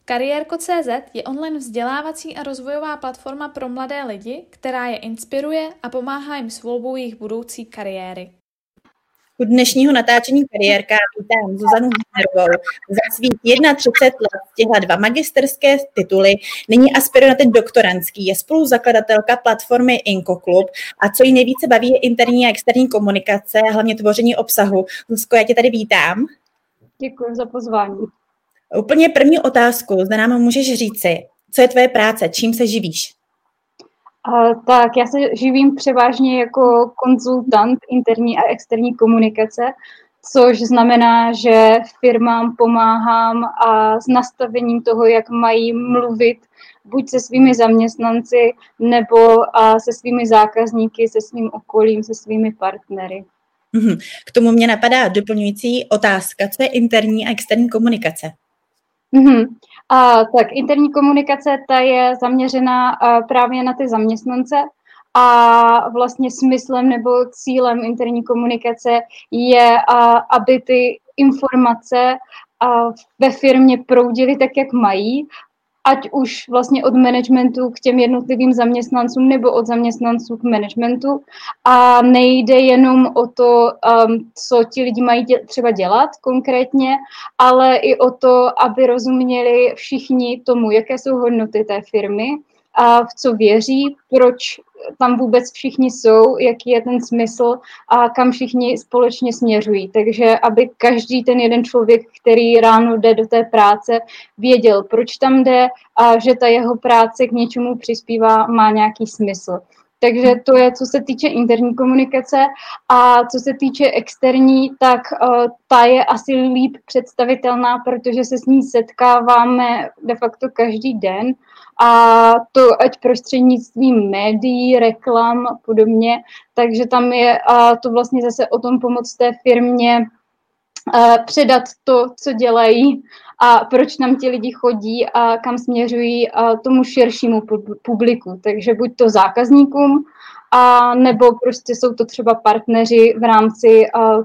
Kariérko.cz je online vzdělávací a rozvojová platforma pro mladé lidi, která je inspiruje a pomáhá jim s volbou jejich budoucí kariéry. U dnešního natáčení Kariérka vítám Zuzanu Hübnerovou. Za svých 31 let stihla 2 magisterské tituly, nyní aspiruje na ten doktorandský, je spoluzakladatelka platformy InkoKlub a co jí nejvíce baví je interní a externí komunikace a hlavně tvoření obsahu. Zuzko, já tě tady vítám. Děkuji za pozvání. Úplně první otázku, zda nám můžeš říci, co je tvoje práce, čím se živíš? Tak já se živím převážně jako konzultant interní a externí komunikace, což znamená, že firmám pomáhám a s nastavením toho, jak mají mluvit buď se svými zaměstnanci, nebo se svými zákazníky, se svým okolím, se svými partnery. K tomu mě napadá doplňující otázka, co je interní a externí komunikace? Tak interní komunikace, ta je zaměřená právě na ty zaměstnance a vlastně smyslem nebo cílem interní komunikace je, aby ty informace ve firmě proudily tak, jak mají, ať už vlastně od managementu k těm jednotlivým zaměstnancům nebo od zaměstnanců k managementu. A nejde jenom o to, co ti lidi mají třeba dělat konkrétně, ale i o to, aby rozuměli všichni tomu, jaké jsou hodnoty té firmy, a v co věří, proč tam vůbec všichni jsou, jaký je ten smysl a kam všichni společně směřují. Takže aby každý ten jeden člověk, který ráno jde do té práce, věděl, proč tam jde a že ta jeho práce k něčemu přispívá, má nějaký smysl. Takže to je, co se týče interní komunikace a co se týče externí, tak ta je asi líp představitelná, protože se s ní setkáváme de facto každý den a to ať prostřednictvím médií, reklam a podobně, takže tam je to vlastně zase o tom pomoct té firmě předat to, co dělají a proč tam ti lidi chodí a kam směřují tomu širšímu publiku. Takže buď to zákazníkům, nebo prostě jsou to třeba partneři v rámci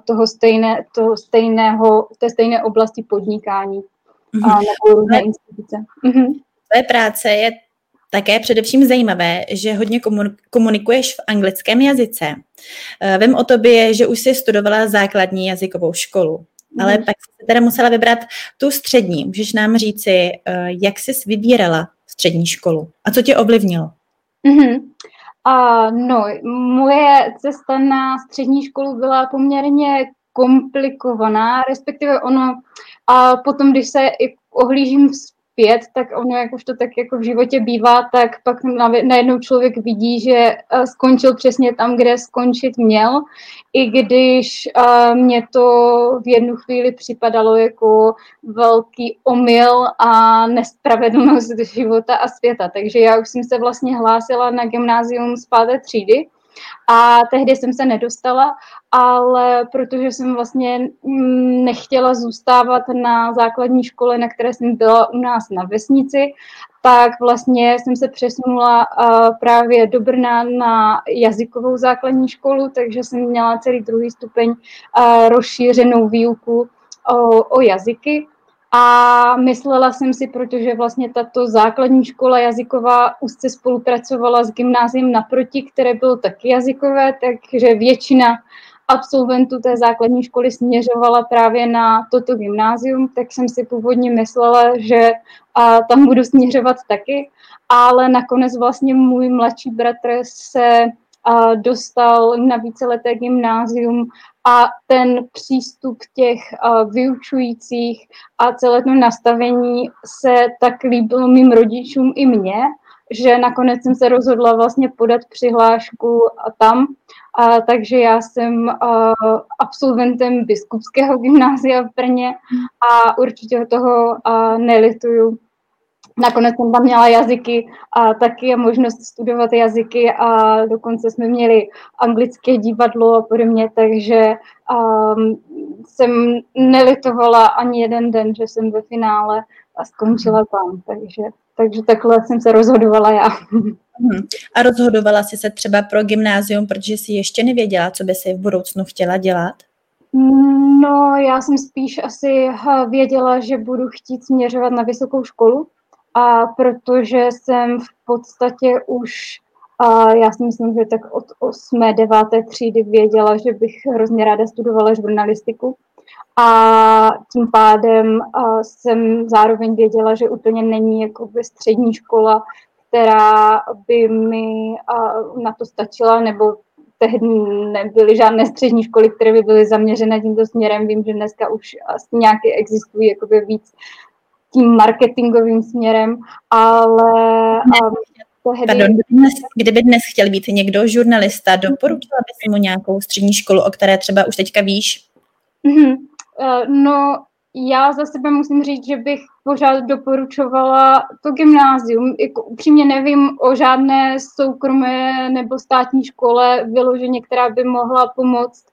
té stejné oblasti podnikání nebo různé instituce. Tvoje práce je také především zajímavé, že hodně komunikuješ v anglickém jazyce. Vím o tobě, že už jsi studovala základní jazykovou školu, ale pak jsi teda musela vybrat tu střední. Můžeš nám říci, jak jsi vybírala střední školu a co tě ovlivnilo? Moje cesta na střední školu byla poměrně komplikovaná, respektive ono a potom, když se ohlížím zpět, tak ono, jak už to tak jako v životě bývá, tak pak najednou člověk vidí, že skončil přesně tam, kde skončit měl, i když mě to v jednu chvíli připadalo jako velký omyl a nespravedlnost života a světa. Takže já už jsem se vlastně hlásila na gymnázium z 5. třídy, a tehdy jsem se nedostala, ale protože jsem vlastně nechtěla zůstávat na základní škole, na které jsem byla u nás na vesnici, tak vlastně jsem se přesunula právě do Brna na jazykovou základní školu, takže jsem měla celý 2. stupeň rozšířenou výuku o jazyky. A myslela jsem si, protože vlastně tato základní škola jazyková úzce spolupracovala s gymnáziem naproti, které bylo taky jazykové, takže většina absolventů té základní školy směřovala právě na toto gymnázium, tak jsem si původně myslela, že tam budu směřovat taky, ale nakonec vlastně můj mladší bratr se dostal na víceleté gymnázium a ten přístup těch vyučujících a celé to nastavení se tak líbilo mým rodičům i mně, že nakonec jsem se rozhodla vlastně podat přihlášku tam. Takže já jsem absolventem Biskupského gymnázia v Brně a určitě toho nelituju. Nakonec jsem tam měla jazyky a taky je možnost studovat jazyky a dokonce jsme měli anglické divadlo a podobně, takže jsem nelitovala ani jeden den, že jsem ve finále skončila tam, takže takhle jsem se rozhodovala já. A rozhodovala jsi se třeba pro gymnázium, protože jsi ještě nevěděla, co by si v budoucnu chtěla dělat? No, já jsem spíš asi věděla, že budu chtít směřovat na vysokou školu, a protože jsem v podstatě už, já si myslím, že tak od 8., 9. třídy věděla, že bych hrozně ráda studovala žurnalistiku. A tím pádem jsem zároveň věděla, že úplně není jakoby střední škola, která by mi na to stačila, nebo tehdy nebyly žádné střední školy, které by byly zaměřené tímto směrem. Vím, že dneska už asi nějaké existují jakoby víc tím marketingovým směrem, ale tehdy... Kdyby dnes chtěl být někdo žurnalista, doporučila bys mu nějakou střední školu, o které třeba už teďka víš? No, já za sebe musím říct, že bych pořád doporučovala to gymnázium. Jako upřímně nevím o žádné soukromé nebo státní škole vyloženě, která by mohla pomoct.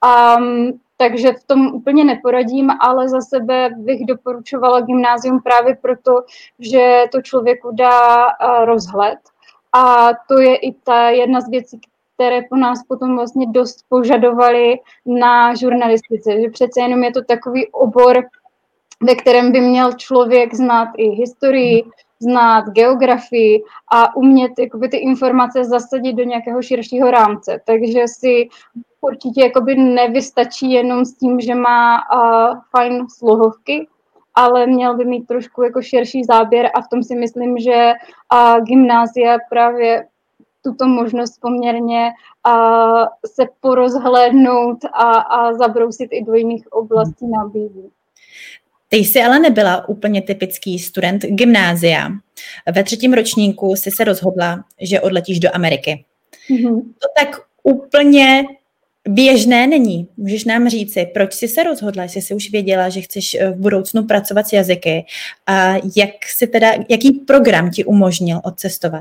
Takže v tom úplně neporadím, ale za sebe bych doporučovala gymnázium právě proto, že to člověku dá rozhled. A to je i ta jedna z věcí, které po nás potom vlastně dost požadovali na žurnalistice. Že přece jenom je to takový obor, ve kterém by měl člověk znát i historii, znát geografii a umět jakoby ty informace zasadit do nějakého širšího rámce. Takže si určitě jakoby nevystačí jenom s tím, že má fajn slohovky, ale měl by mít trošku jako širší záběr a v tom si myslím, že gymnázia právě tuto možnost poměrně se porozhlédnout a zabrousit i do jiných oblastí nabízí. Ty jsi ale nebyla úplně typický student gymnázia. Ve 3. ročníku jsi se rozhodla, že odletíš do Ameriky. To tak úplně běžné není. Můžeš nám říci, proč jsi se rozhodla, jestli jsi už věděla, že chceš v budoucnu pracovat s jazyky a jaký program ti umožnil odcestovat?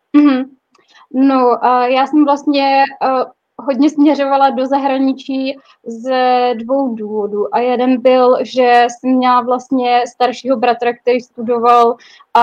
No, já jsem vlastně hodně směřovala do zahraničí ze 2 důvodů. A jeden byl, že jsem měla vlastně staršího bratra, který studoval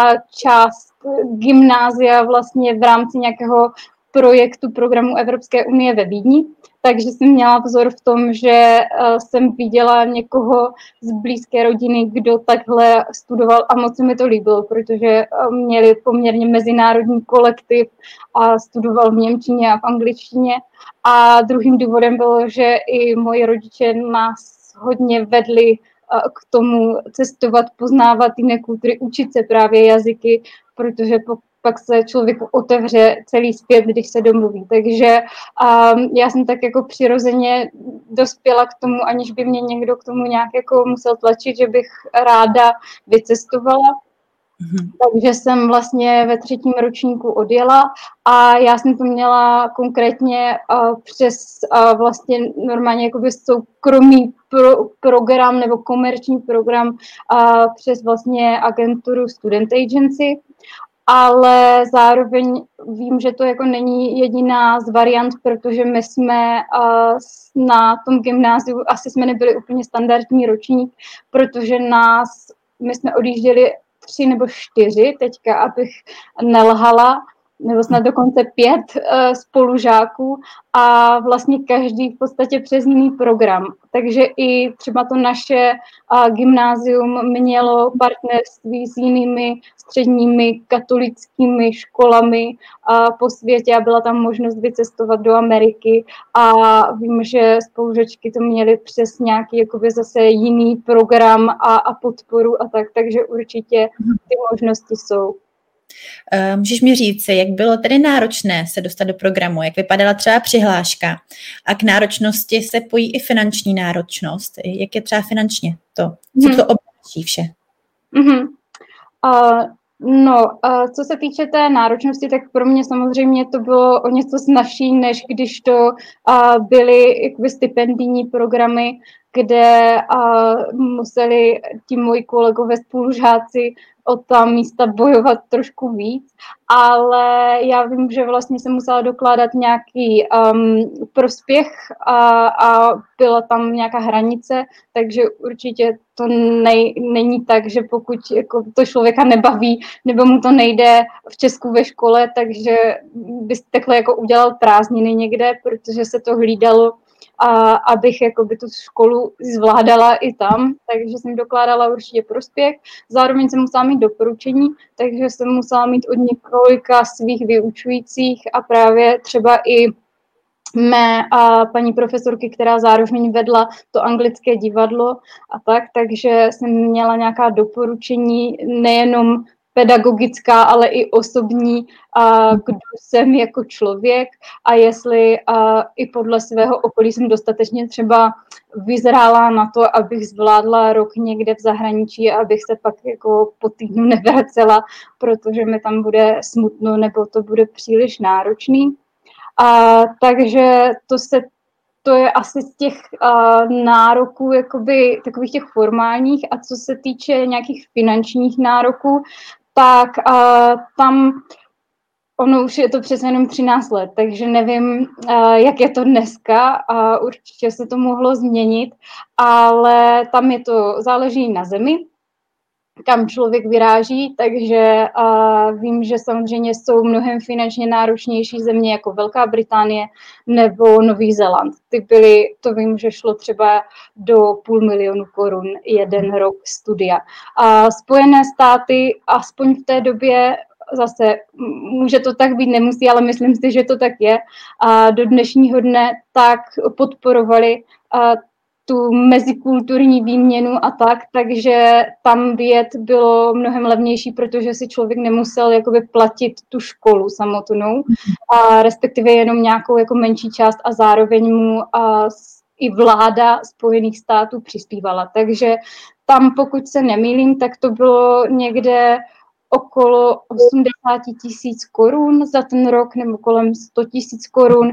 část gymnázia vlastně v rámci nějakého programu Evropské unie ve Vídni. Takže jsem měla vzor v tom, že jsem viděla někoho z blízké rodiny, kdo takhle studoval a moc se mi to líbilo, protože měli poměrně mezinárodní kolektiv a studoval v němčině a v angličtině. A druhým důvodem bylo, že i moji rodiče nás hodně vedli k tomu cestovat, poznávat jiné kultury, učit se právě jazyky, protože pak se člověku otevře celý svět, když se domluví. Takže já jsem tak jako přirozeně dospěla k tomu, aniž by mě někdo k tomu nějak jako musel tlačit, že bych ráda vycestovala. Takže jsem vlastně ve 3. ročníku odjela a já jsem to měla konkrétně přes vlastně normálně jakoby soukromý program nebo komerční program přes vlastně agenturu Student Agency. Ale zároveň vím, že to jako není jediná z variant, protože my jsme na tom gymnáziu, asi jsme nebyli úplně standardní ročník, protože my jsme odjížděli 3 nebo 4 teďka, abych nelhala, nebo snad dokonce 5 spolužáků a vlastně každý v podstatě přes jiný program. Takže i třeba to naše gymnázium mělo partnerství s jinými středními katolickými školami po světě a byla tam možnost vycestovat do Ameriky a vím, že spolužačky to měly přes nějaký jakoby zase jiný program a podporu a tak, takže určitě ty možnosti jsou. Můžeš mi říct, jak bylo tedy náročné se dostat do programu, jak vypadala třeba přihláška a k náročnosti se pojí i finanční náročnost. Jak je třeba finančně to? Co to obnáší vše? Co se týče té náročnosti, tak pro mě samozřejmě to bylo o něco snazší, než když to byly jakoby stipendijní programy, kde museli ti moji kolegové spolužáci o ta místa bojovat trošku víc, ale já vím, že vlastně jsem musela dokládat nějaký prospěch a byla tam nějaká hranice, takže určitě to není tak, že pokud jako to člověka nebaví nebo mu to nejde v Česku ve škole, takže bys takhle jako udělal prázdniny někde, protože se to hlídalo abych jakoby tu školu zvládala i tam, takže jsem dokládala určitě prospěch. Zároveň jsem musela mít doporučení, takže jsem musela mít od několika svých vyučujících a právě třeba i mé paní profesorky, která zároveň vedla to anglické divadlo a tak, takže jsem měla nějaká doporučení nejenom pedagogická, ale i osobní, kdo jsem jako člověk a jestli i podle svého okolí jsem dostatečně třeba vyzrála na to, abych zvládla rok někde v zahraničí a abych se pak jako po týdnu nevracela, protože mi tam bude smutno nebo to bude příliš náročný. Takže to je asi z těch nároků, jakoby takových těch formálních. A co se týče nějakých finančních nároků, tak tam ono už je to přesně jenom 13 let, takže nevím, jak je to dneska a určitě se to mohlo změnit, ale tam je to, záleží na zemi, kam člověk vyráží, takže vím, že samozřejmě jsou mnohem finančně náročnější země jako Velká Británie nebo Nový Zéland. To vím, že šlo třeba do 500 000 korun jeden rok studia. A Spojené státy, aspoň v té době, zase může to tak být, nemusí, ale myslím si, že to tak je, a do dnešního dne tak podporovali tu mezikulturní výměnu a tak, takže tam vyjet bylo mnohem levnější, protože si člověk nemusel jakoby platit tu školu samotnou, a respektive jenom nějakou jako menší část a zároveň mu i vláda Spojených států přispívala. Takže tam, pokud se nemýlím, tak to bylo někde okolo 80 000 korun za ten rok nebo kolem 100 000 korun,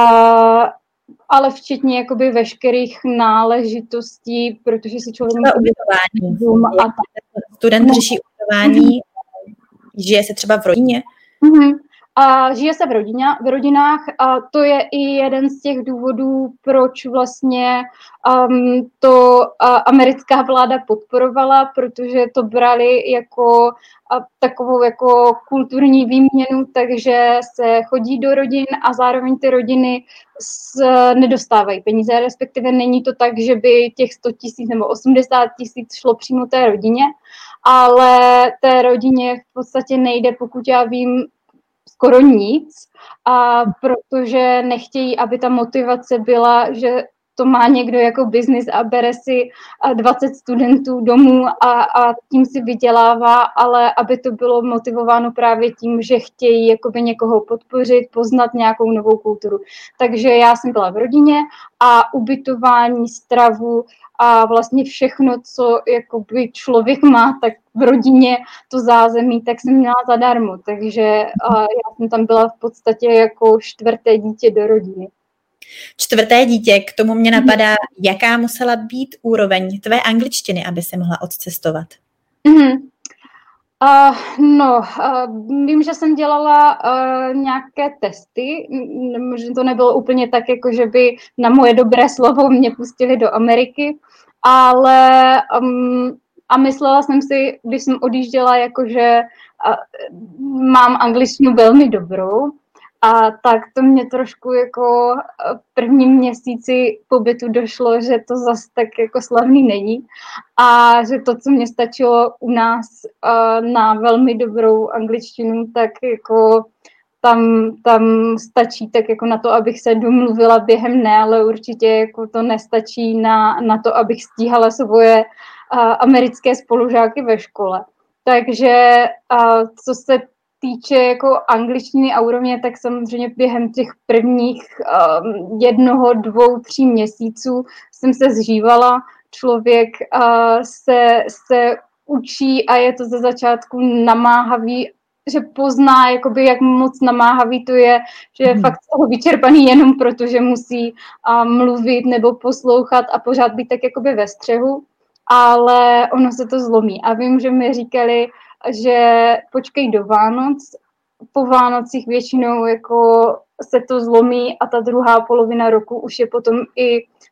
ale včetně jakoby veškerých náležitostí, protože si člověk ubytování. Student řeší ubytování, žije se třeba v rodině? A žije se v rodinách a to je i jeden z těch důvodů, proč vlastně to americká vláda podporovala, protože to brali jako takovou jako kulturní výměnu, takže se chodí do rodin a zároveň ty rodiny nedostávají peníze, respektive není to tak, že by těch 100 000 nebo 80 000 šlo přímo té rodině, ale té rodině v podstatě nejde, pokud já vím, skoro nic, protože nechtějí, aby ta motivace byla, že to má někdo jako biznis a bere si 20 studentů domů a tím si vydělává, ale aby to bylo motivováno právě tím, že chtějí jakoby někoho podpořit, poznat nějakou novou kulturu. Takže já jsem byla v rodině a ubytování, stravu a vlastně všechno, co jakoby člověk má, tak v rodině to zázemí, tak jsem měla zadarmo. Takže já jsem tam byla v podstatě jako 4. dítě do rodiny. 4. dítě, k tomu mě napadá, jaká musela být úroveň tvé angličtiny, aby se mohla odcestovat? Vím, že jsem dělala nějaké testy, že to nebylo úplně tak, jako že by na moje dobré slovo mě pustili do Ameriky, ale a myslela jsem si, když jsem odjížděla, jakože mám angličtinu velmi dobrou, a tak to mě trošku jako v prvním měsíci pobytu došlo, že to zase tak jako slavný není a že to, co mě stačilo u nás na velmi dobrou angličtinu, tak jako tam stačí tak jako na to, abych se domluvila během dne, ale určitě jako to nestačí na to, abych stíhala svoje americké spolužáky ve škole. Takže co se týče jako angličtiny a úrovně, tak samozřejmě během těch prvních 1, 2, 3 měsíců jsem se zžívala. Člověk se učí a je to ze začátku namáhavý, že pozná, jakoby, jak moc namáhavý to je, že je fakt toho vyčerpaný jenom proto, že musí mluvit nebo poslouchat a pořád být tak jakoby ve střehu, ale ono se to zlomí. A vím, že mi říkali, že počkej do Vánoc, po Vánocích většinou jako se to zlomí a ta druhá polovina roku už je potom i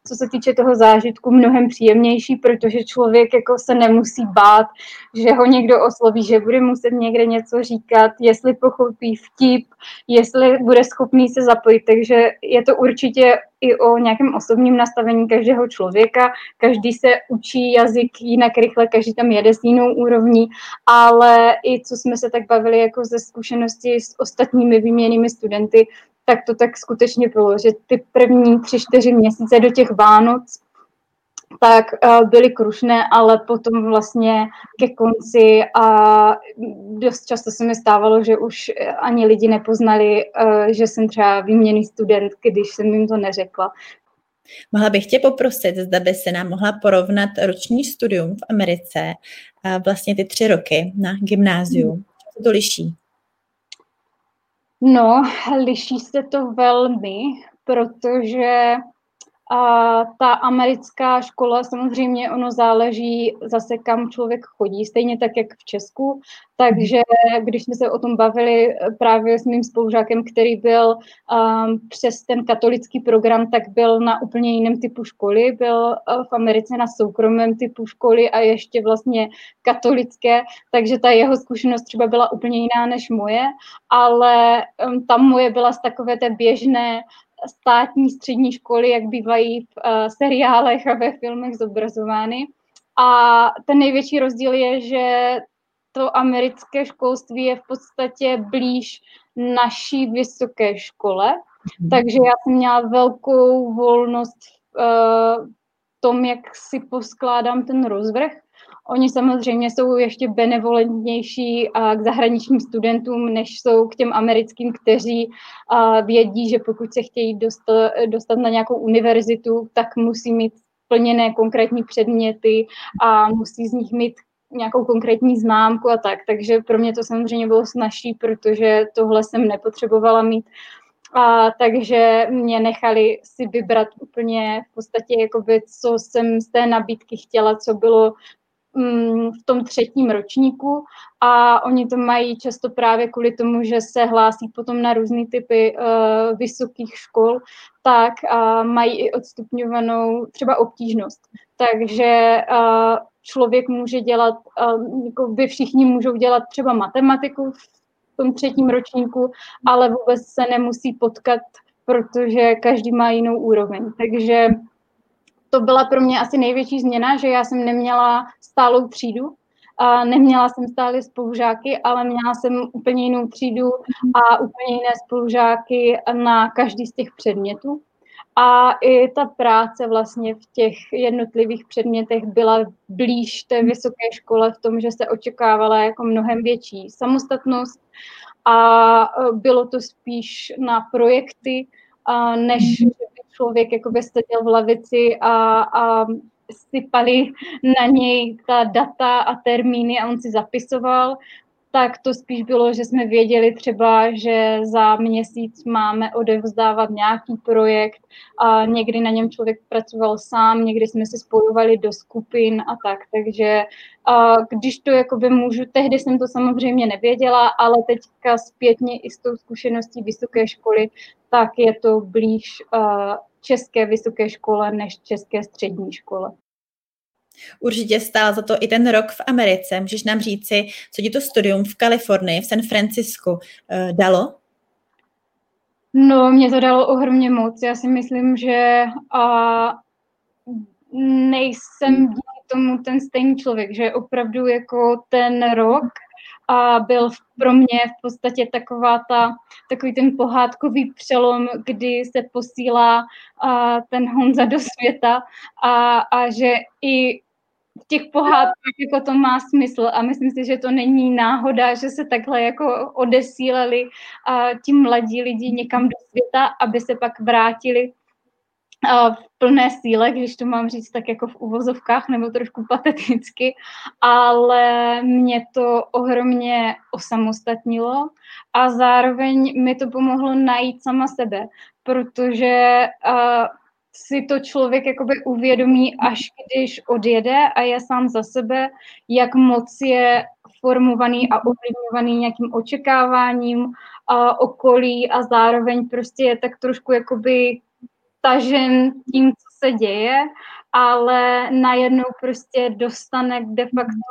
co se týče toho zážitku, mnohem příjemnější, protože člověk jako se nemusí bát, že ho někdo osloví, že bude muset někde něco říkat, jestli pochopí vtip, jestli bude schopný se zapojit. Takže je to určitě i o nějakém osobním nastavení každého člověka. Každý se učí jazyk jinak rychle, každý tam jede s jinou úrovní, ale i co jsme se tak bavili jako ze zkušenosti s ostatními výměnnými studenty, tak to tak skutečně bylo, že ty první 3-4 měsíce do těch Vánoc tak byly krušné, ale potom vlastně ke konci a dost často se mi stávalo, že už ani lidi nepoznali, že jsem třeba výměnný student, když jsem jim to neřekla. Mohla bych tě poprosit, zda by se nám mohla porovnat roční studium v Americe a vlastně ty 3 roky na gymnáziu. Co to liší? No, liší se to velmi, protože ta americká škola, samozřejmě ono záleží zase, kam člověk chodí, stejně tak, jak v Česku. Takže když jsme se o tom bavili právě s mým spolužákem, který byl přes ten katolický program, tak byl na úplně jiném typu školy, byl v Americe na soukromém typu školy a ještě vlastně katolické, takže ta jeho zkušenost třeba byla úplně jiná než moje, ale ta moje byla z takové té běžné státní střední školy, jak bývají v seriálech a ve filmech zobrazovány. A ten největší rozdíl je, že to americké školství je v podstatě blíž naší vysoké škole, takže já jsem měla velkou volnost v tom, jak si poskládám ten rozvrh. Oni samozřejmě jsou ještě benevolentnější k zahraničním studentům, než jsou k těm americkým, kteří vědí, že pokud se chtějí dostat na nějakou univerzitu, tak musí mít splněné konkrétní předměty a musí z nich mít nějakou konkrétní známku a tak. Takže pro mě to samozřejmě bylo snazší, protože tohle jsem nepotřebovala mít. Takže mě nechali si vybrat úplně v podstatě, jakoby, co jsem z té nabídky chtěla, co bylo v tom 3. ročníku a oni to mají často právě kvůli tomu, že se hlásí potom na různý typy vysokých škol, tak mají i odstupňovanou třeba obtížnost. Takže člověk může dělat, jako by všichni můžou dělat třeba matematiku v tom 3. ročníku, ale vůbec se nemusí potkat, protože každý má jinou úroveň. Takže to byla pro mě asi největší změna, že já jsem neměla stálou třídu, neměla jsem stále spolužáky, ale měla jsem úplně jinou třídu a úplně jiné spolužáky na každý z těch předmětů. A i ta práce vlastně v těch jednotlivých předmětech byla blíž té vysoké škole v tom, že se očekávala jako mnohem větší samostatnost a bylo to spíš na projekty, než člověk jakoby seděl v lavici a sypali na něj ta data a termíny a on si zapisoval, tak to spíš bylo, že jsme věděli třeba, že za měsíc máme odevzdávat nějaký projekt a někdy na něm člověk pracoval sám, někdy jsme se spojovali do skupin a tak. Takže když to jakoby můžu, tehdy jsem to samozřejmě nevěděla, ale teďka zpětně i s tou zkušeností vysoké školy, tak je to blíž české vysoké škole než české střední škole. Určitě stál za to i ten rok v Americe. Můžeš nám říci, co ti to studium v Kalifornii, v San Francisku dalo? No, mě to dalo ohromně moc. Já si myslím, že nejsem díky tomu ten stejný člověk, že opravdu jako ten rok byl pro mě v podstatě takový ten pohádkový přelom, kdy se posílá ten Honza do světa a že i v těch pohádkách jako to má smysl a myslím si, že to není náhoda, že se takhle jako odesíleli ti mladí lidi někam do světa, aby se pak vrátili v plné síle, když to mám říct tak jako v uvozovkách nebo trošku pateticky, ale mě to ohromně osamostatnilo a zároveň mi to pomohlo najít sama sebe, protože si to člověk jakoby uvědomí, až když odjede a je sám za sebe, jak moc je formovaný a ovlivňovaný nějakým očekáváním okolí a zároveň prostě je tak trošku jakoby tažen tím, co se děje, ale najednou prostě dostane de facto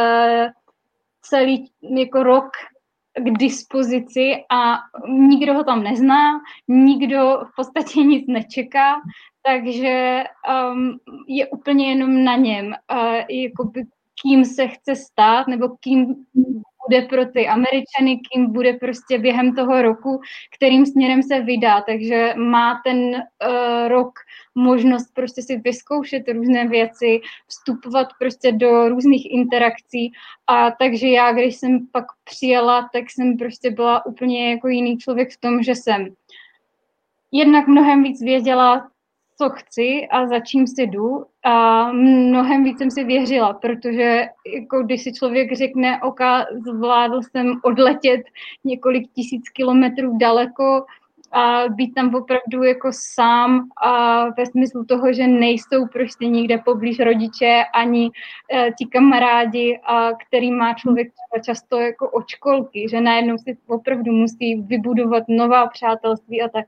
celý jako rok k dispozici a nikdo ho tam nezná, nikdo v podstatě nic nečeká, takže je úplně jenom na něm, jakoby kým se chce stát, nebo kým bude pro ty Američany, kým bude prostě během toho roku, kterým směrem se vydá. Takže má ten rok možnost prostě si vyzkoušet různé věci, vstupovat prostě do různých interakcí. A takže já, když jsem pak přijela, tak jsem prostě byla úplně jako jiný člověk v tom, že jsem jednak mnohem víc věděla, co chci a za čím si jdu a mnohem víc jsem si věřila, protože jako když si člověk řekne, OK, zvládl jsem odletět několik tisíc kilometrů daleko a být tam opravdu jako sám a ve smyslu toho, že nejsou prostě nikde poblíž rodiče ani ti kamarádi, který má člověk třeba často jako od školky, že najednou si opravdu musí vybudovat nová přátelství a tak.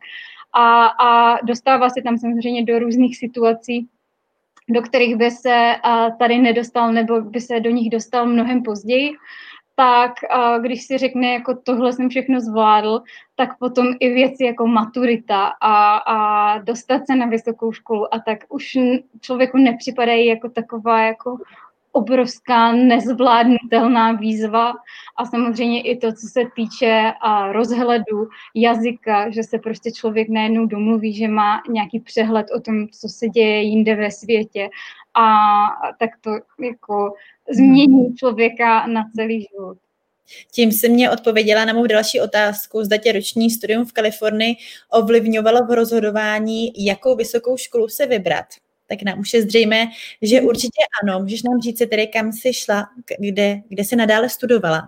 A dostává se tam samozřejmě do různých situací, do kterých by se tady nedostal nebo by se do nich dostal mnohem později, tak když si řekne, jako tohle jsem všechno zvládl, tak potom i věci jako maturita a dostat se na vysokou školu a tak už člověku nepřipadají jako taková jako obrovská nezvládnutelná výzva a samozřejmě i to, co se týče rozhledu, jazyka, že se prostě člověk najednou domluví, že má nějaký přehled o tom, co se děje jinde ve světě a tak to jako změní člověka na celý život. Tím si mě odpověděla na mou další otázku, zda tě roční studium v Kalifornii ovlivňovalo v rozhodování, jakou vysokou školu se vybrat. Tak nám už je zřejmé, že určitě ano. Můžeš nám říct tedy, kam jsi šla, kde jsi nadále studovala?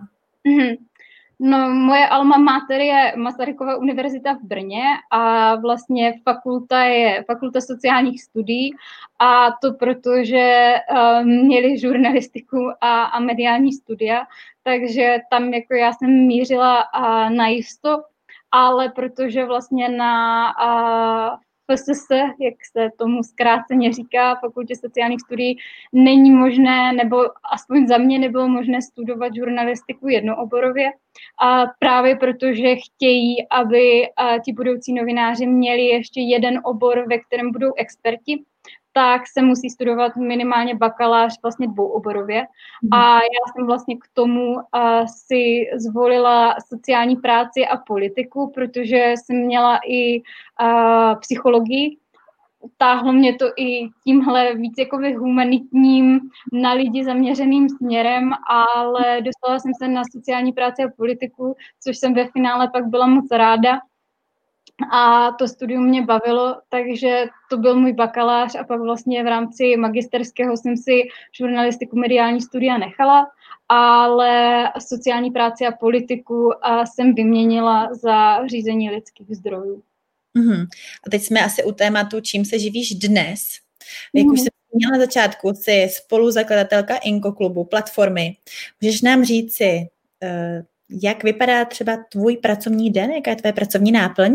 No, moje alma mater je Masarykova univerzita v Brně a vlastně fakulta je fakulta sociálních studií a to proto, že měli žurnalistiku a mediální studia, takže tam jako já jsem mířila najisto, ale protože vlastně na FSS, jak se tomu zkráceně říká, fakultě sociálních studií, není možné, nebo aspoň za mě nebylo možné studovat žurnalistiku jednooborově. A právě protože chtějí, aby ti budoucí novináři měli ještě jeden obor, ve kterém budou experti, tak se musí studovat minimálně bakalář vlastně dvouoborově. A já jsem vlastně k tomu si zvolila sociální práci a politiku, protože jsem měla i psychologii. Táhlo mě to i tímhle víc jakoby humanitním, na lidi zaměřeným směrem, ale dostala jsem se na sociální práci a politiku, což jsem ve finále pak byla moc ráda. A to studium mě bavilo, takže to byl můj bakalář a pak vlastně v rámci magisterského jsem si žurnalistiku mediální studia nechala, ale sociální práci a politiku jsem vyměnila za řízení lidských zdrojů. A teď jsme asi u tématu, čím se živíš dnes. Jak už jsem měla na začátku, jsi spoluzakladatelka Inko klubu, platformy. Můžeš nám říci, jak vypadá třeba tvůj pracovní den, jaká je tvoje pracovní náplň?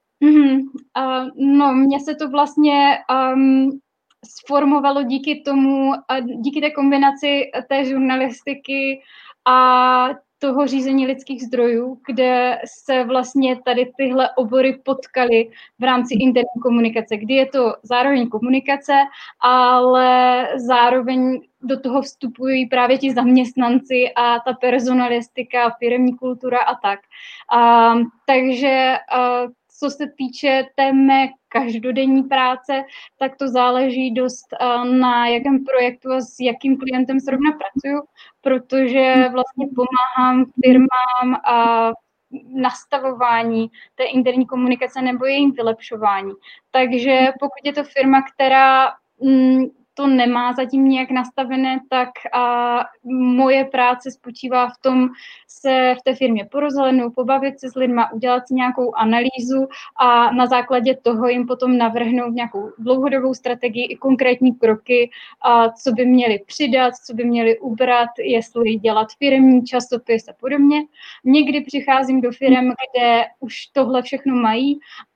No, mně se to vlastně sformovalo díky tomu, díky té kombinaci té žurnalistiky a toho řízení lidských zdrojů, kde se vlastně tady tyhle obory potkaly v rámci interní komunikace, kdy je to zároveň komunikace, ale zároveň do toho vstupují právě ti zaměstnanci a ta personalistika, firemní kultura a tak. Takže co se týče té mé každodenní práce, tak to záleží dost na jakém projektu a s jakým klientem zrovna pracuju, protože vlastně pomáhám firmám a nastavování té interní komunikace nebo jejím vylepšování. Takže pokud je to firma, která to nemá zatím nějak nastavené, tak moje práce spočívá v tom se v té firmě porozhlédnout, pobavit se s lidma, udělat si nějakou analýzu a na základě toho jim potom navrhnout nějakou dlouhodobou strategii i konkrétní kroky, co by měli přidat, co by měli ubrat, jestli dělat firemní časopis a podobně. Někdy přicházím do firem, kde už tohle všechno mají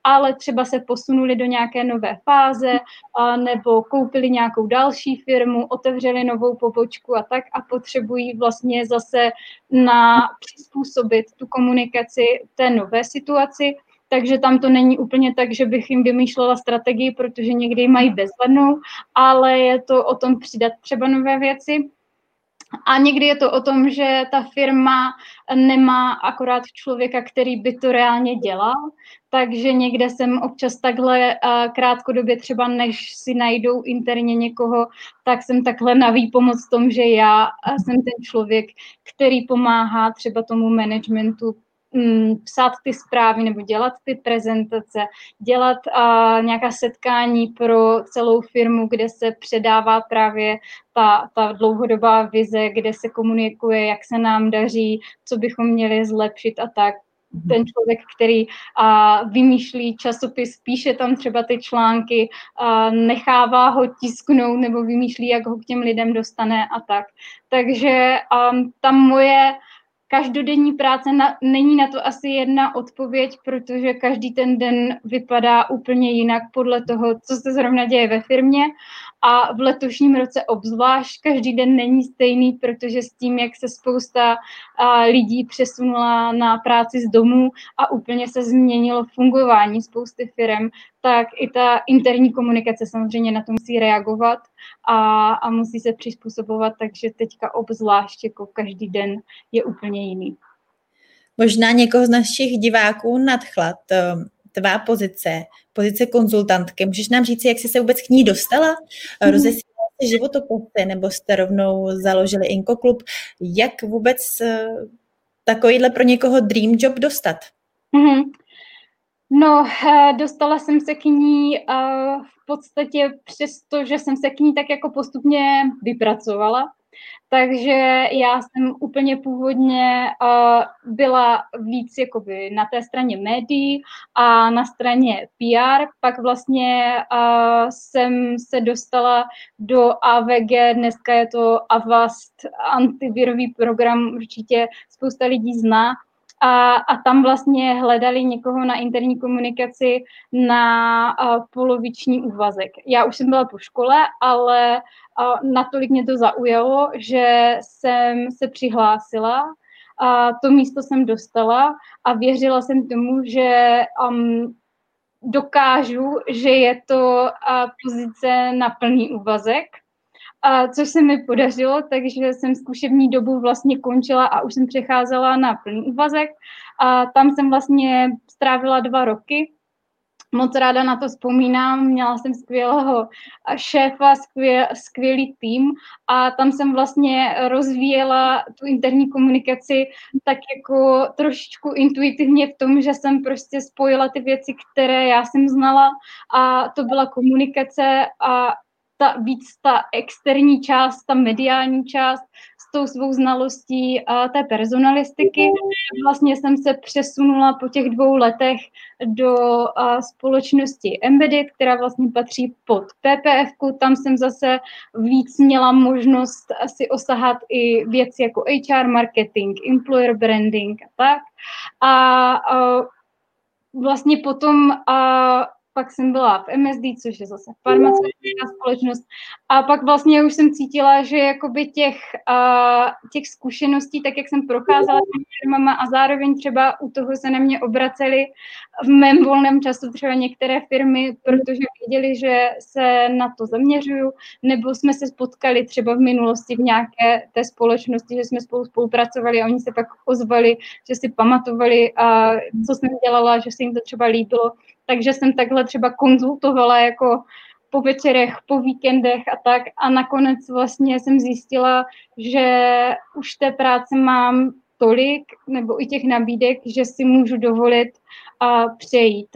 ale třeba se posunuli do nějaké nové fáze nebo koupili nějakou další firmu, otevřeli novou pobočku a tak a potřebují vlastně zase přizpůsobit tu komunikaci té nové situaci. Takže tam to není úplně tak, že bych jim vymýšlela strategii, protože někdy ji mají bezvadnou, ale je to o tom přidat třeba nové věci. A někdy je to o tom, že ta firma nemá akorát člověka, který by to reálně dělal, takže někde jsem občas takhle krátkodobě třeba, než si najdou interně někoho, tak jsem takhle na výpomoc v tom, že já jsem ten člověk, který pomáhá třeba tomu managementu psát ty zprávy nebo dělat ty prezentace, dělat nějaká setkání pro celou firmu, kde se předává právě ta dlouhodobá vize, kde se komunikuje, jak se nám daří, co bychom měli zlepšit a tak. Ten člověk, který vymýšlí časopis, píše tam třeba ty články, nechává ho tisknout nebo vymýšlí, jak ho k těm lidem dostane a tak. Takže tam moje každodenní práce není na to asi jedna odpověď, protože každý ten den vypadá úplně jinak podle toho, co se zrovna děje ve firmě. A v letošním roce obzvlášť každý den není stejný, protože s tím, jak se spousta lidí přesunula na práci z domů a úplně se změnilo fungování spousty firem, tak i ta interní komunikace samozřejmě na to musí reagovat a musí se přizpůsobovat, takže teďka obzvlášť jako každý den je úplně jiný. Možná někoho z našich diváků nadchla tvá pozice konzultantky. Můžeš nám říct, jak jsi se vůbec k ní dostala? Rozesílala jsi životopisy nebo jste rovnou založili Inkoklub? Jak vůbec takovýhle pro někoho dream job dostat? No, dostala jsem se k ní v podstatě přesto, že jsem se k ní tak jako postupně vypracovala. Takže já jsem úplně původně byla víc jakoby na té straně médií a na straně PR, pak vlastně jsem se dostala do AVG, dneska je to Avast, antivirový program, určitě spousta lidí zná. A tam vlastně hledali někoho na interní komunikaci na poloviční úvazek. Já už jsem byla po škole, ale natolik mě to zaujalo, že jsem se přihlásila. A to místo jsem dostala a věřila jsem tomu, že dokážu, že je to pozice na plný úvazek. Což se mi podařilo, takže jsem zkušební dobu vlastně končila a už jsem přecházela na plný úvazek. A tam jsem vlastně strávila 2 roky. Moc ráda na to vzpomínám, měla jsem skvělého šéfa, skvělý tým a tam jsem vlastně rozvíjela tu interní komunikaci tak jako trošičku intuitivně v tom, že jsem prostě spojila ty věci, které já jsem znala a to byla komunikace a ta externí část, ta mediální část s tou svou znalostí té personalistiky. Vlastně jsem se přesunula po těch 2 letech do společnosti Embedded, která vlastně patří pod PPF-ku. Tam jsem zase víc měla možnost si osahat i věci jako HR marketing, employer branding a tak. A vlastně potom pak jsem byla v MSD, což je zase farmaceutická společnost. A pak vlastně už jsem cítila, že jakoby těch zkušeností, tak jak jsem procházela těmi firmama a zároveň třeba u toho se na mě obraceli v mém volném času třeba některé firmy, protože věděli, že se na to zaměřuju, nebo jsme se spotkali třeba v minulosti v nějaké té společnosti, že jsme spolu spolupracovali a oni se pak ozvali, že si pamatovali, co jsem dělala, že se jim to třeba líbilo. Takže jsem takhle třeba konzultovala jako po večerech, po víkendech a tak. A nakonec vlastně jsem zjistila, že už té práce mám tolik, nebo i těch nabídek, že si můžu dovolit přejít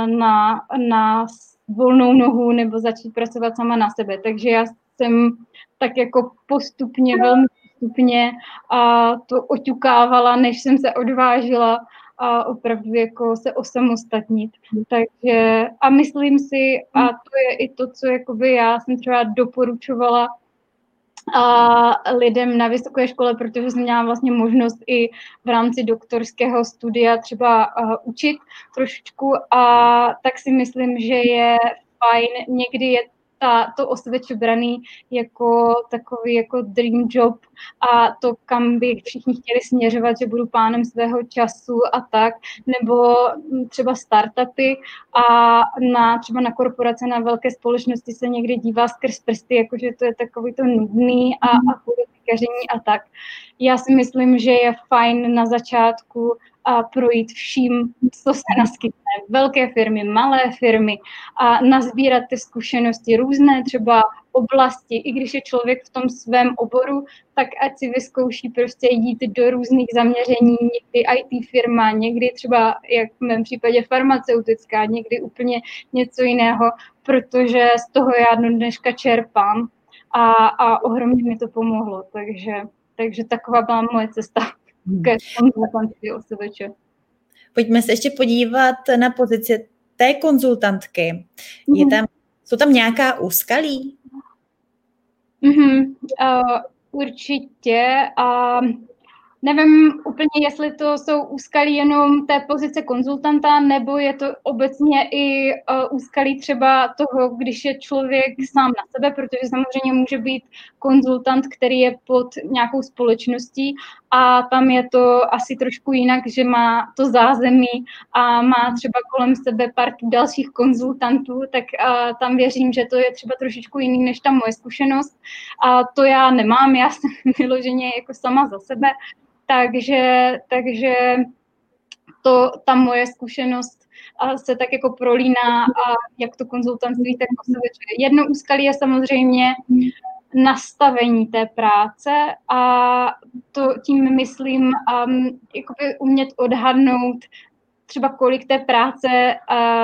na volnou nohu nebo začít pracovat sama na sebe. Takže já jsem tak jako velmi postupně to oťukávala, než jsem se odvážila a opravdu jako se osamostatnit. Takže a myslím si, a to je i to, co jakoby já jsem třeba doporučovala lidem na vysoké škole, protože jsem měla vlastně možnost i v rámci doktorského studia třeba učit trošičku, a tak si myslím, že je fajn, někdy je to OSVČ braný jako takový jako dream job a to, kam by všichni chtěli směřovat, že budu pánem svého času a tak, nebo třeba startupy a třeba na korporace, na velké společnosti se někdy dívá skrz prsty, jakože to je takový to nudný a politikaření a tak. Já si myslím, že je fajn na začátku a projít vším, co se naskytne. Velké firmy, malé firmy a nazbírat ty zkušenosti, různé třeba oblasti, i když je člověk v tom svém oboru, tak ať si vyzkouší prostě jít do různých zaměření, někdy IT firma, někdy třeba, jak v mém případě farmaceutická, někdy úplně něco jiného, protože z toho já do dneška čerpám a ohromně mi to pomohlo, takže taková byla moje cesta ke konzultantství OSVČ. Pojďme se ještě podívat na pozici té konzultantky. Jsou tam nějaká úskalí? Určitě. Nevím úplně, jestli to jsou úskalí jenom té pozice konzultanta, nebo je to obecně i úskalí třeba toho, když je člověk sám na sebe, protože samozřejmě může být konzultant, který je pod nějakou společností a tam je to asi trošku jinak, že má to zázemí a má třeba kolem sebe pár dalších konzultantů, tak tam věřím, že to je třeba trošičku jiný než ta moje zkušenost. A to já nemám, já jsem vyloženě jako sama za sebe. Takže ta moje zkušenost se tak jako prolíná a jak to konzultantství, tak OSVČ. Jedno úskalí je samozřejmě nastavení té práce a to tím myslím jakoby umět odhadnout třeba kolik té práce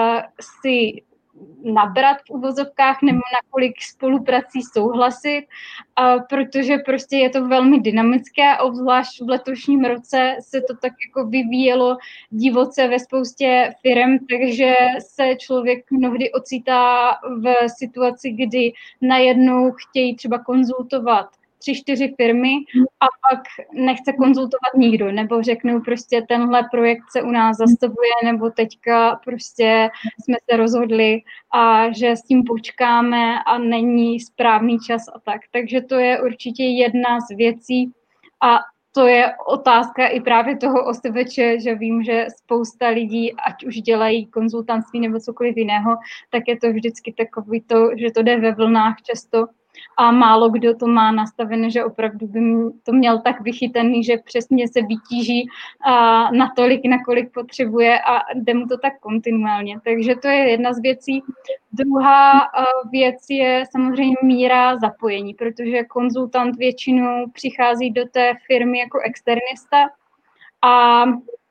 si nabrat v uvozovkách nebo na kolik spoluprací souhlasit, protože prostě je to velmi dynamické, obzvlášť v letošním roce se to tak jako vyvíjelo divoce ve spoustě firem, takže se člověk mnohdy ocitá v situaci, kdy najednou chtějí třeba konzultovat 3-4 firmy a pak nechce konzultovat nikdo, nebo řeknou prostě tenhle projekt se u nás zastavuje, nebo teďka prostě jsme se rozhodli a že s tím počkáme a není správný čas a tak. Takže to je určitě jedna z věcí a to je otázka i právě toho OSVČ, že vím, že spousta lidí, ať už dělají konzultantství nebo cokoliv jiného, tak je to vždycky takový to, že to jde ve vlnách často a málo kdo to má nastavené, že opravdu by to měl tak vychytaný, že přesně se vytíží natolik, nakolik potřebuje a jde mu to tak kontinuálně. Takže to je jedna z věcí. Druhá věc je samozřejmě míra zapojení, protože konzultant většinou přichází do té firmy jako externista a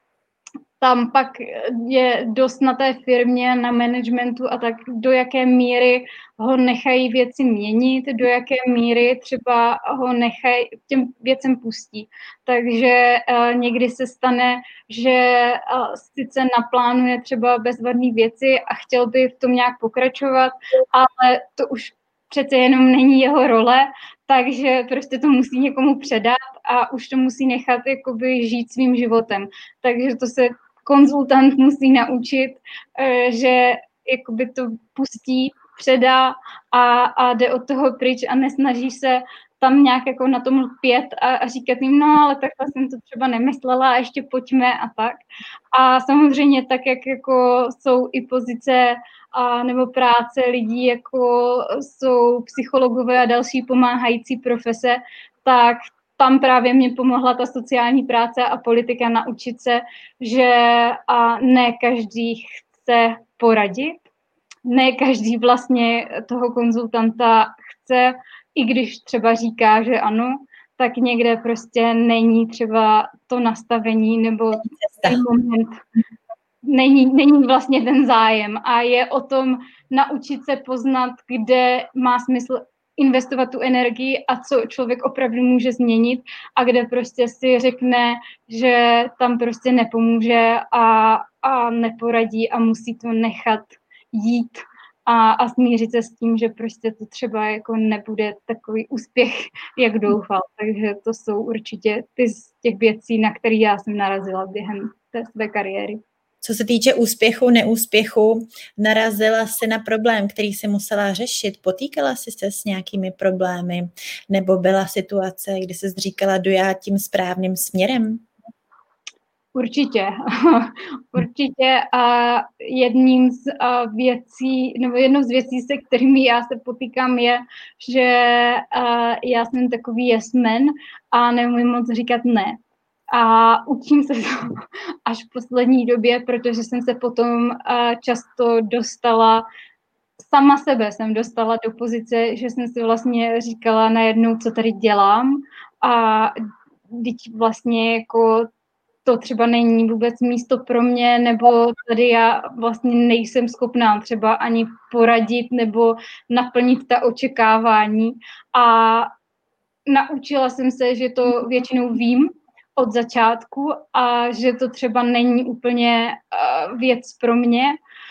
tam pak je dost na té firmě, na managementu a tak, do jaké míry ho nechají věci měnit, do jaké míry třeba ho nechají, těm věcem pustí. Takže někdy se stane, že sice naplánuje třeba bezvadné věci a chtěl by v tom nějak pokračovat, ale to už přece jenom není jeho role, takže prostě to musí někomu předat a už to musí nechat jakoby žít svým životem. Takže to se konzultant musí naučit, že jakoby to pustí, předá a jde od toho pryč a nesnaží se tam nějak jako na tom lpět a říkat jim, no ale takhle jsem to třeba nemyslela a ještě pojďme a tak. A samozřejmě tak, jak jako jsou i pozice nebo práce lidí, jako jsou psychologové a další pomáhající profese, tak tam právě mě pomohla ta sociální práce a politika naučit se, že ne každý chce poradit, ne každý vlastně toho konzultanta chce, i když třeba říká, že ano, tak někde prostě není třeba to nastavení nebo ten moment, není vlastně ten zájem a je o tom naučit se poznat, kde má smysl investovat tu energii a co člověk opravdu může změnit a kde prostě si řekne, že tam prostě nepomůže a neporadí a musí to nechat jít a smířit se s tím, že prostě to třeba jako nebude takový úspěch, jak doufal. Takže to jsou určitě ty z těch věcí, na které já jsem narazila během té své kariéry. Co se týče úspěchu, neúspěchu, narazila jsi na problém, který jsi musela řešit? Potýkala jsi se s nějakými problémy? Nebo byla situace, kdy jsi říkala, jdu já tím správným směrem? Určitě. Určitě. A jedním z věcí, nebo jednou z věcí, se kterými já se potýkám, je, že já jsem takový yes man a neumím moc říkat ne. A učím se to až v poslední době, protože jsem se potom často dostala, sama sebe jsem dostala do pozice, že jsem si vlastně říkala najednou, co tady dělám a teď vlastně jako to třeba není vůbec místo pro mě, nebo tady já vlastně nejsem schopná třeba ani poradit nebo naplnit ta očekávání. A naučila jsem se, že to většinou vím od začátku a že to třeba není úplně věc pro mě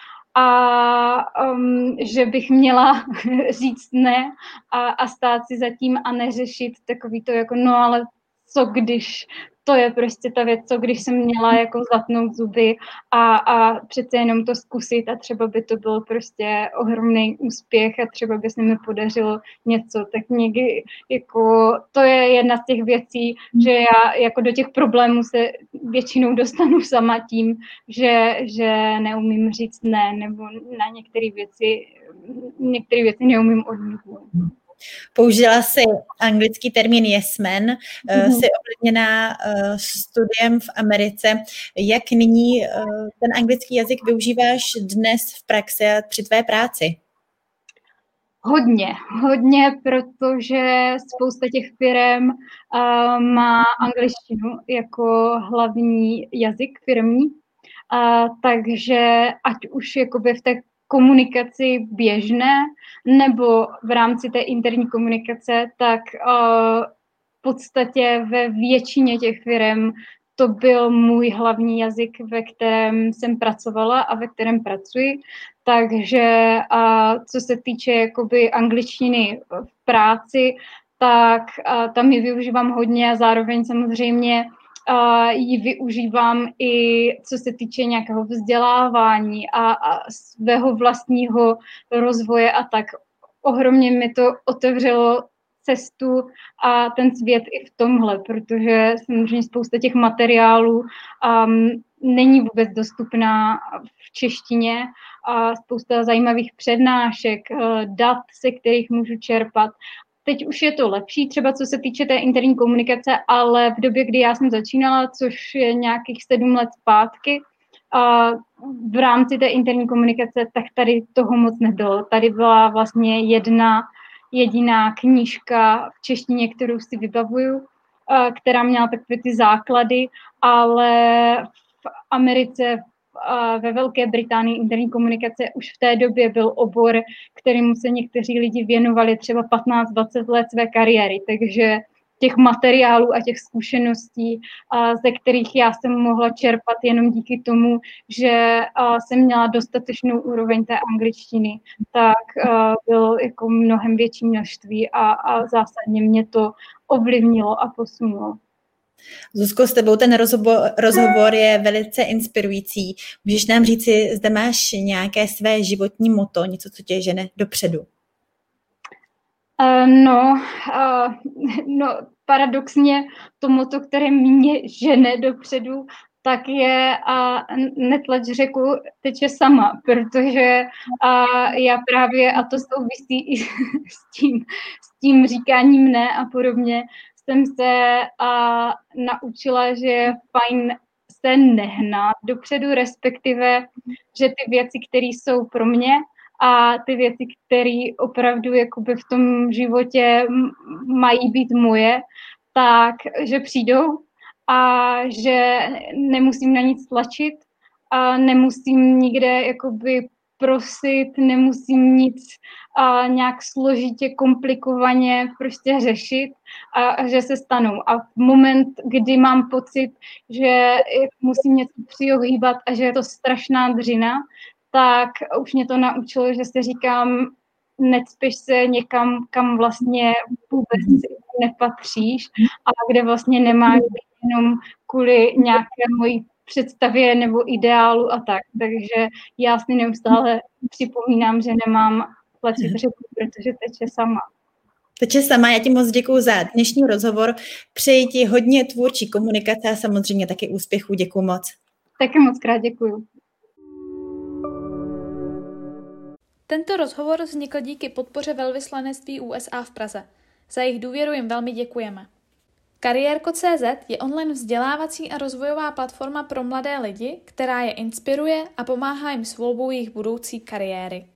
a že bych měla říct ne a stát si za tím a neřešit takový to jako no ale co když, to je prostě ta věc, co když jsem měla jako zlatnout zuby a přece jenom to zkusit a třeba by to byl prostě ohromný úspěch a třeba by se mi podařilo něco, tak někdy jako to je jedna z těch věcí, že já jako do těch problémů se většinou dostanu sama tím, že neumím říct ne, nebo na některé věci neumím odmítnout. Použila jsi anglický termín yes man, jsi ovlivněná studiem v Americe. Jak nyní ten anglický jazyk využíváš dnes v praxi a při tvé práci? Hodně, protože spousta těch firem má angličtinu jako hlavní jazyk firmní, takže ať už jakoby v té komunikaci běžné nebo v rámci té interní komunikace, tak v podstatě ve většině těch firem to byl můj hlavní jazyk, ve kterém jsem pracovala a ve kterém pracuji. Takže co se týče jakoby angličtiny v práci, tak tam ji využívám hodně a zároveň samozřejmě ji využívám i co se týče nějakého vzdělávání a svého vlastního rozvoje a tak. Ohromně mi to otevřelo cestu a ten svět i v tomhle, protože samozřejmě spousta těch materiálů není vůbec dostupná v češtině a spousta zajímavých přednášek, dat, se kterých můžu čerpat. Teď už je to lepší, třeba co se týče té interní komunikace, ale v době, kdy já jsem začínala, což je nějakých 7 let zpátky, v rámci té interní komunikace, tak tady toho moc nebylo. Tady byla vlastně jedna jediná knížka v češtině, kterou si vybavuju, která měla takové ty základy, ale v Americe, ve Velké Británii interní komunikace už v té době byl obor, kterému se někteří lidi věnovali třeba 15-20 let své kariéry, takže těch materiálů a těch zkušeností, ze kterých já jsem mohla čerpat jenom díky tomu, že jsem měla dostatečnou úroveň té angličtiny, tak bylo jako mnohem větší množství a zásadně mě to ovlivnilo a posunulo. Zuzko, s tebou ten rozhovor je velice inspirující. Můžeš nám říci, zda máš nějaké své životní motto, něco, co tě žene dopředu? No, paradoxně to motto, které mě žene dopředu, tak je netlač řeku, teče sama, protože já právě, a to souvisí i s tím říkáním ne a podobně, jsem se naučila, že je fajn se nehnat dopředu, respektive, že ty věci, které jsou pro mě a ty věci, které opravdu jakoby v tom životě mají být moje, tak že přijdou a že nemusím na nic tlačit a nemusím nikde jakoby prosit, nemusím nic nějak složitě, komplikovaně prostě řešit a že se stanou. A v moment, kdy mám pocit, že musím něco přiohýbat a že je to strašná dřina, tak už mě to naučilo, že si říkám, necpěš se někam, kam vlastně vůbec nepatříš a kde vlastně nemáš jenom kvůli nějaké mojí představě nebo ideálu a tak. Takže já si neustále připomínám, že nemám tlačit řeku, protože teče sama. Teče sama, já ti moc děkuju za dnešní rozhovor. Přeji ti hodně tvůrčí komunikace a samozřejmě taky úspěchů. Děkuju moc. Taky moc krát děkuju. Tento rozhovor vznikl díky podpoře velvyslanectví USA v Praze. Za jejich důvěru jim velmi děkujeme. Kariérko.cz je online vzdělávací a rozvojová platforma pro mladé lidi, která je inspiruje a pomáhá jim s volbou jejich budoucí kariéry.